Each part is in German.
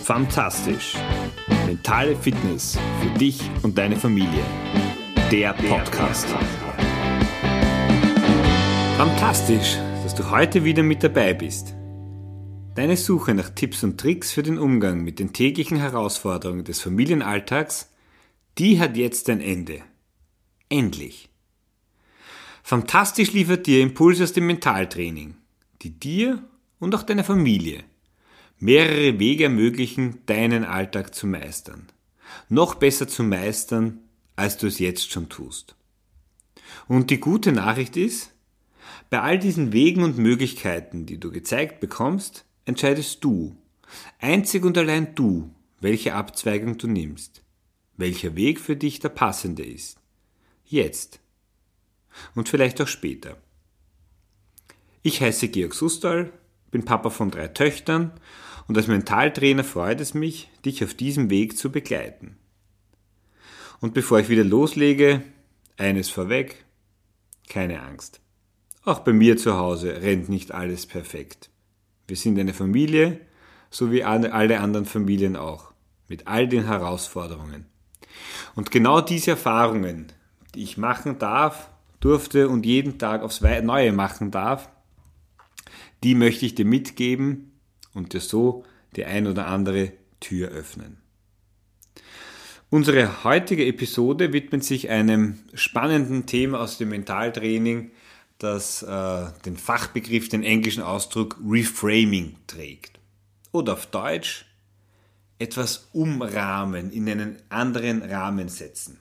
Fantastisch. Mentale Fitness für dich und deine Familie. Der Podcast. Fantastisch, dass du heute wieder mit dabei bist. Deine Suche nach Tipps und Tricks für den Umgang mit den täglichen Herausforderungen des Familienalltags, die hat jetzt ein Ende. Endlich. Fantastisch liefert dir Impulse aus dem Mentaltraining, die dir und auch deiner Familie mehrere Wege ermöglichen, deinen Alltag zu meistern. Noch besser zu meistern, als du es jetzt schon tust. Und die gute Nachricht ist, bei all diesen Wegen und Möglichkeiten, die du gezeigt bekommst, entscheidest du, einzig und allein du, welche Abzweigung du nimmst, welcher Weg für dich der passende ist. Jetzt. Und vielleicht auch später. Ich heiße Georg Sustal, bin Papa von 3 Töchtern und als Mentaltrainer freut es mich, dich auf diesem Weg zu begleiten. Und bevor ich wieder loslege, eines vorweg, keine Angst. Auch bei mir zu Hause rennt nicht alles perfekt. Wir sind eine Familie, so wie alle anderen Familien auch, mit all den Herausforderungen. Und genau diese Erfahrungen, die ich machen darf, durfte und jeden Tag aufs Neue machen darf, die möchte ich dir mitgeben und dir so die ein oder andere Tür öffnen. Unsere heutige Episode widmet sich einem spannenden Thema aus dem Mentaltraining, das den Fachbegriff, den englischen Ausdruck Reframing trägt. Oder auf Deutsch etwas umrahmen, in einen anderen Rahmen setzen.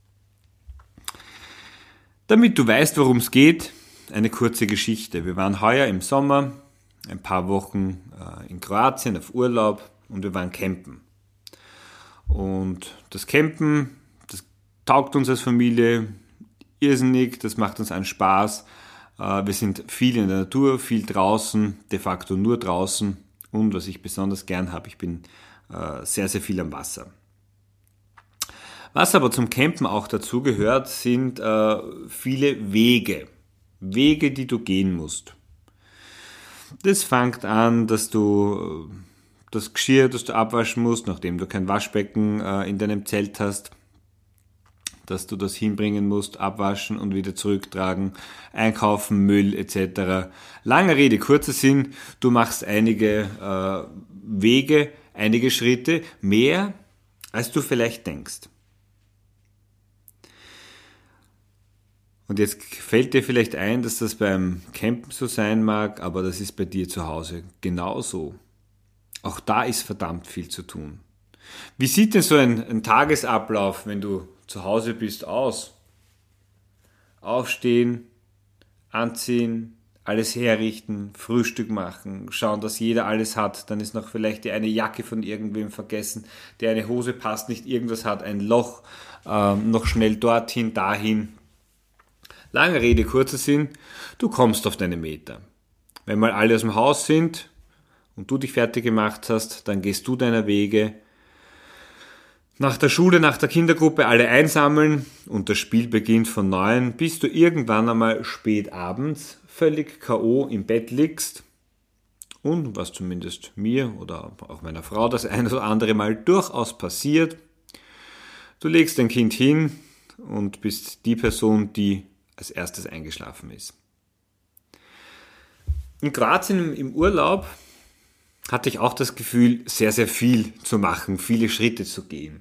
Damit du weißt, worum es geht, eine kurze Geschichte. Wir waren heuer im Sommer ein paar Wochen in Kroatien auf Urlaub und wir waren campen. Und das Campen, das taugt uns als Familie irrsinnig, das macht uns einen Spaß. Wir sind viel in der Natur, viel draußen, de facto nur draußen. Und was ich besonders gern habe, ich bin sehr, sehr viel am Wasser. Was aber zum Campen auch dazu gehört, sind viele Wege. Wege, die du gehen musst. Das fängt an, dass du das Geschirr, das du abwaschen musst, nachdem du kein Waschbecken in deinem Zelt hast, dass du das hinbringen musst, abwaschen und wieder zurücktragen, einkaufen, Müll etc. Lange Rede, kurzer Sinn, du machst einige Wege, einige Schritte, mehr als du vielleicht denkst. Und jetzt fällt dir vielleicht ein, dass das beim Campen so sein mag, aber das ist bei dir zu Hause genauso. Auch da ist verdammt viel zu tun. Wie sieht denn so ein Tagesablauf, wenn du zu Hause bist, aus? Aufstehen, anziehen, alles herrichten, Frühstück machen, schauen, dass jeder alles hat. Dann ist noch vielleicht die eine Jacke von irgendwem vergessen, die eine Hose passt nicht, irgendwas hat, ein Loch, noch schnell dorthin, dahin. Lange Rede, kurzer Sinn, du kommst auf deine Meter. Wenn mal alle aus dem Haus sind und du dich fertig gemacht hast, dann gehst du deiner Wege. Nach der Schule, nach der Kindergruppe alle einsammeln und das Spiel beginnt von 9, bis du irgendwann einmal spät abends völlig K.O. im Bett liegst und was zumindest mir oder auch meiner Frau das ein oder andere Mal durchaus passiert, du legst dein Kind hin und bist die Person, die als erstes eingeschlafen ist. In Kroatien im Urlaub hatte ich auch das Gefühl, sehr, sehr viel zu machen, viele Schritte zu gehen.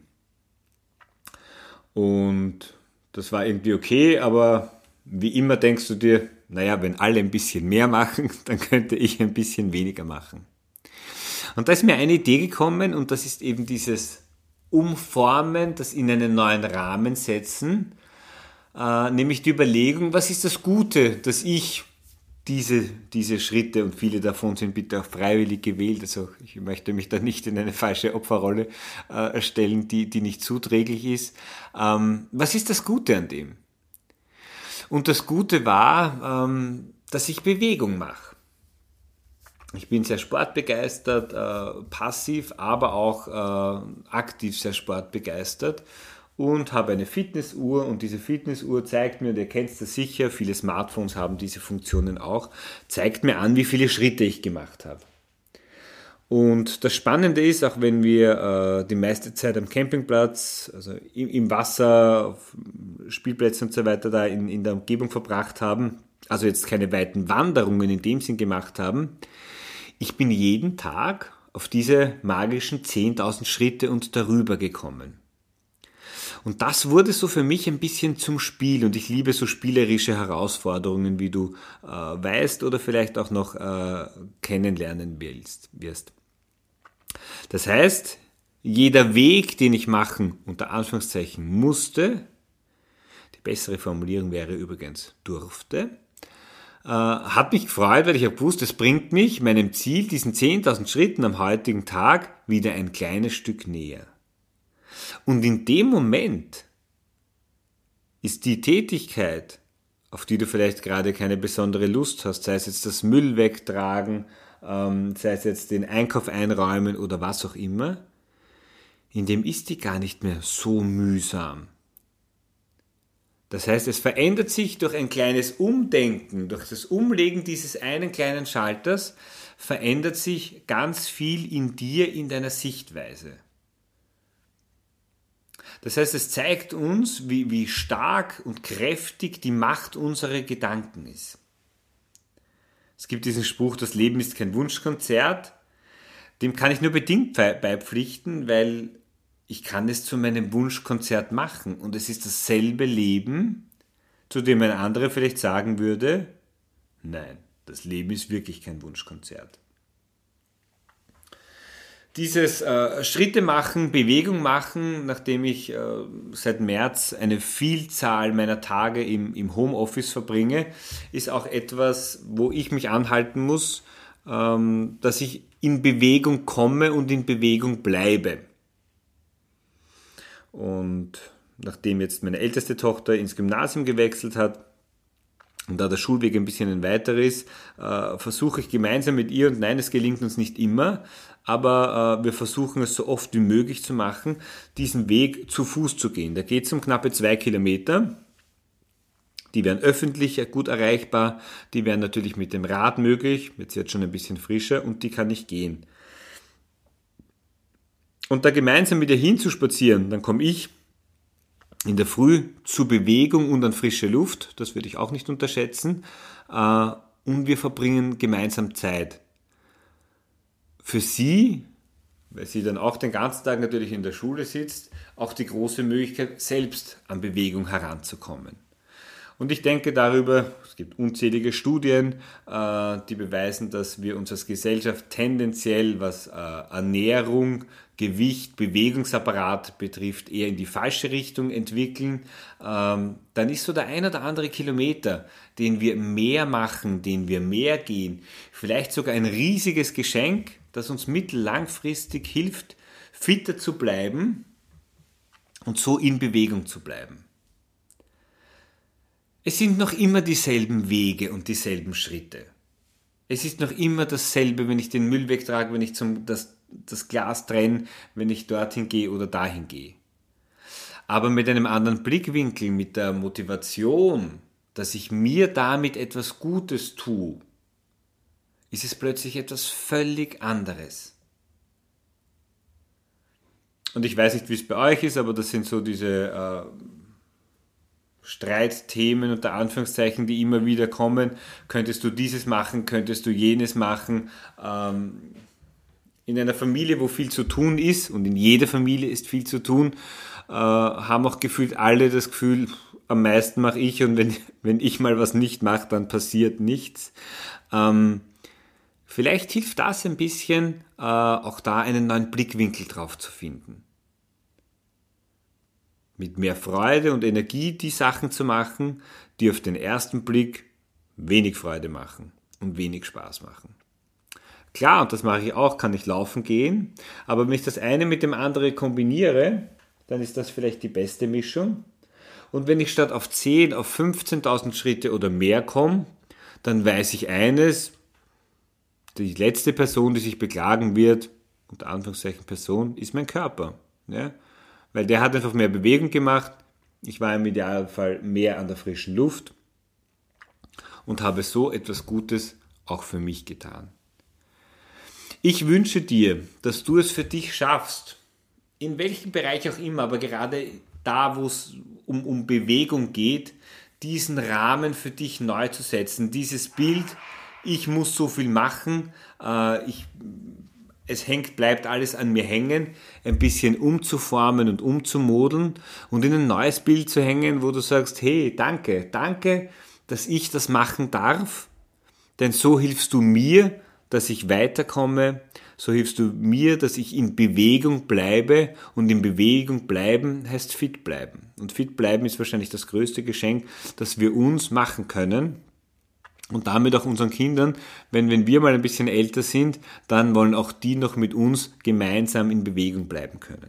Und das war irgendwie okay, aber wie immer denkst du dir, naja, wenn alle ein bisschen mehr machen, dann könnte ich ein bisschen weniger machen. Und da ist mir eine Idee gekommen und das ist eben dieses Umformen, das in einen neuen Rahmen setzen, nämlich die Überlegung, was ist das Gute, dass ich diese Schritte, und viele davon sind bitte auch freiwillig gewählt, also ich möchte mich da nicht in eine falsche Opferrolle stellen, die nicht zuträglich ist. Was ist das Gute an dem? Und das Gute war, dass ich Bewegung mache. Ich bin sehr sportbegeistert, passiv, aber auch aktiv sehr sportbegeistert. Und habe eine Fitnessuhr und diese Fitnessuhr zeigt mir, und ihr kennt das sicher, viele Smartphones haben diese Funktionen auch, zeigt mir an, wie viele Schritte ich gemacht habe. Und das Spannende ist, auch wenn wir die meiste Zeit am Campingplatz, also im Wasser, auf Spielplätzen und so weiter da in der Umgebung verbracht haben, also jetzt keine weiten Wanderungen in dem Sinn gemacht haben, ich bin jeden Tag auf diese magischen 10.000 Schritte und darüber gekommen. Und das wurde so für mich ein bisschen zum Spiel und ich liebe so spielerische Herausforderungen, wie du weißt oder vielleicht auch noch kennenlernen wirst. Das heißt, jeder Weg, den ich machen, unter Anführungszeichen, musste, die bessere Formulierung wäre übrigens durfte, hat mich gefreut, weil ich habe gewusst, es bringt mich meinem Ziel, diesen 10.000 Schritten am heutigen Tag, wieder ein kleines Stück näher. Und in dem Moment ist die Tätigkeit, auf die du vielleicht gerade keine besondere Lust hast, sei es jetzt das Müll wegtragen, sei es jetzt den Einkauf einräumen oder was auch immer, in dem ist die gar nicht mehr so mühsam. Das heißt, es verändert sich durch ein kleines Umdenken, durch das Umlegen dieses einen kleinen Schalters, verändert sich ganz viel in dir, in deiner Sichtweise. Das heißt, es zeigt uns, wie stark und kräftig die Macht unserer Gedanken ist. Es gibt diesen Spruch, das Leben ist kein Wunschkonzert. Dem kann ich nur bedingt beipflichten, weil ich kann es zu meinem Wunschkonzert machen. Und es ist dasselbe Leben, zu dem ein anderer vielleicht sagen würde, nein, das Leben ist wirklich kein Wunschkonzert. Dieses Schritte machen, Bewegung machen, nachdem ich seit März eine Vielzahl meiner Tage im Homeoffice verbringe, ist auch etwas, wo ich mich anhalten muss, dass ich in Bewegung komme und in Bewegung bleibe. Und nachdem jetzt meine älteste Tochter ins Gymnasium gewechselt hat, und da der Schulweg ein bisschen ein weiter ist, versuche ich gemeinsam mit ihr, und nein, es gelingt uns nicht immer, aber wir versuchen es so oft wie möglich zu machen, diesen Weg zu Fuß zu gehen. Da geht es um knappe 2 Kilometer. Die wären öffentlich gut erreichbar, die wären natürlich mit dem Rad möglich, jetzt wird schon ein bisschen frischer und die kann ich gehen. Und da gemeinsam mit ihr hinzuspazieren, dann komme ich in der Früh zur Bewegung und an frische Luft, das würde ich auch nicht unterschätzen, und wir verbringen gemeinsam Zeit. Für sie, weil sie dann auch den ganzen Tag natürlich in der Schule sitzt, auch die große Möglichkeit, selbst an Bewegung heranzukommen. Und ich denke darüber, es gibt unzählige Studien, die beweisen, dass wir uns als Gesellschaft tendenziell, was Ernährung, Gewicht, Bewegungsapparat betrifft, eher in die falsche Richtung entwickeln. Dann ist so der ein oder andere Kilometer, den wir mehr machen, den wir mehr gehen, vielleicht sogar ein riesiges Geschenk, das uns mittellangfristig hilft, fitter zu bleiben und so in Bewegung zu bleiben. Es sind noch immer dieselben Wege und dieselben Schritte. Es ist noch immer dasselbe, wenn ich den Müll wegtrage, wenn ich das Glas trenne, wenn ich dorthin gehe oder dahin gehe. Aber mit einem anderen Blickwinkel, mit der Motivation, dass ich mir damit etwas Gutes tue, ist es plötzlich etwas völlig anderes. Und ich weiß nicht, wie es bei euch ist, aber das sind so diese Streitthemen unter Anführungszeichen, die immer wieder kommen. Könntest du dieses machen, könntest du jenes machen. In einer Familie, wo viel zu tun ist, und in jeder Familie ist viel zu tun, haben auch gefühlt alle das Gefühl, am meisten mache ich, und wenn ich mal was nicht mache, dann passiert nichts. Vielleicht hilft das ein bisschen, auch da einen neuen Blickwinkel drauf zu finden. Mit mehr Freude und Energie die Sachen zu machen, die auf den ersten Blick wenig Freude machen und wenig Spaß machen. Klar, und das mache ich auch, kann ich laufen gehen, aber wenn ich das eine mit dem anderen kombiniere, dann ist das vielleicht die beste Mischung. Und wenn ich statt auf 10, auf 15.000 Schritte oder mehr komme, dann weiß ich eines, die letzte Person, die sich beklagen wird, unter Anführungszeichen Person, ist mein Körper. Ja? Weil der hat einfach mehr Bewegung gemacht, ich war im Idealfall mehr an der frischen Luft und habe so etwas Gutes auch für mich getan. Ich wünsche dir, dass du es für dich schaffst, in welchem Bereich auch immer, aber gerade da, wo es um Bewegung geht, diesen Rahmen für dich neu zu setzen. Dieses Bild, ich muss so viel machen, bleibt alles an mir hängen, ein bisschen umzuformen und umzumodeln und in ein neues Bild zu hängen, wo du sagst, hey, danke, dass ich das machen darf, denn so hilfst du mir, dass ich weiterkomme, so hilfst du mir, dass ich in Bewegung bleibe, und in Bewegung bleiben heißt fit bleiben. Und fit bleiben ist wahrscheinlich das größte Geschenk, das wir uns machen können und damit auch unseren Kindern, wenn wir mal ein bisschen älter sind, dann wollen auch die noch mit uns gemeinsam in Bewegung bleiben können.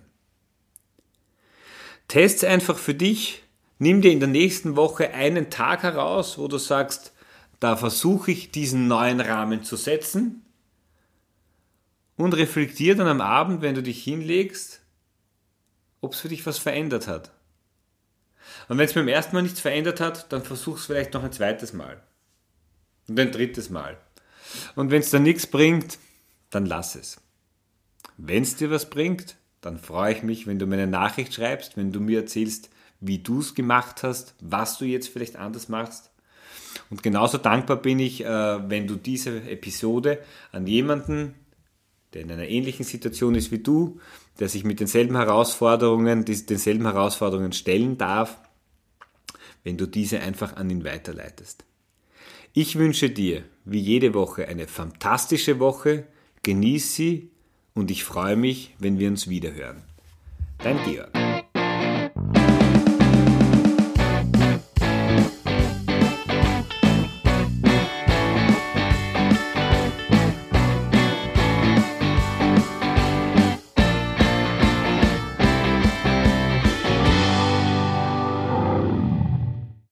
Teste einfach für dich, nimm dir in der nächsten Woche einen Tag heraus, wo du sagst, da versuche ich diesen neuen Rahmen zu setzen, und reflektier dann am Abend, wenn du dich hinlegst, ob es für dich was verändert hat. Und wenn es beim ersten Mal nichts verändert hat, dann versuch es vielleicht noch ein zweites Mal. Und ein drittes Mal. Und wenn es dann nichts bringt, dann lass es. Wenn es dir was bringt, dann freue ich mich, wenn du mir eine Nachricht schreibst, wenn du mir erzählst, wie du es gemacht hast, was du jetzt vielleicht anders machst. Und genauso dankbar bin ich, wenn du diese Episode an jemanden, der in einer ähnlichen Situation ist wie du, der sich mit denselben Herausforderungen stellen darf, wenn du diese einfach an ihn weiterleitest. Ich wünsche dir, wie jede Woche, eine fantastische Woche, genieß sie, und ich freue mich, wenn wir uns wiederhören. Dein Georg.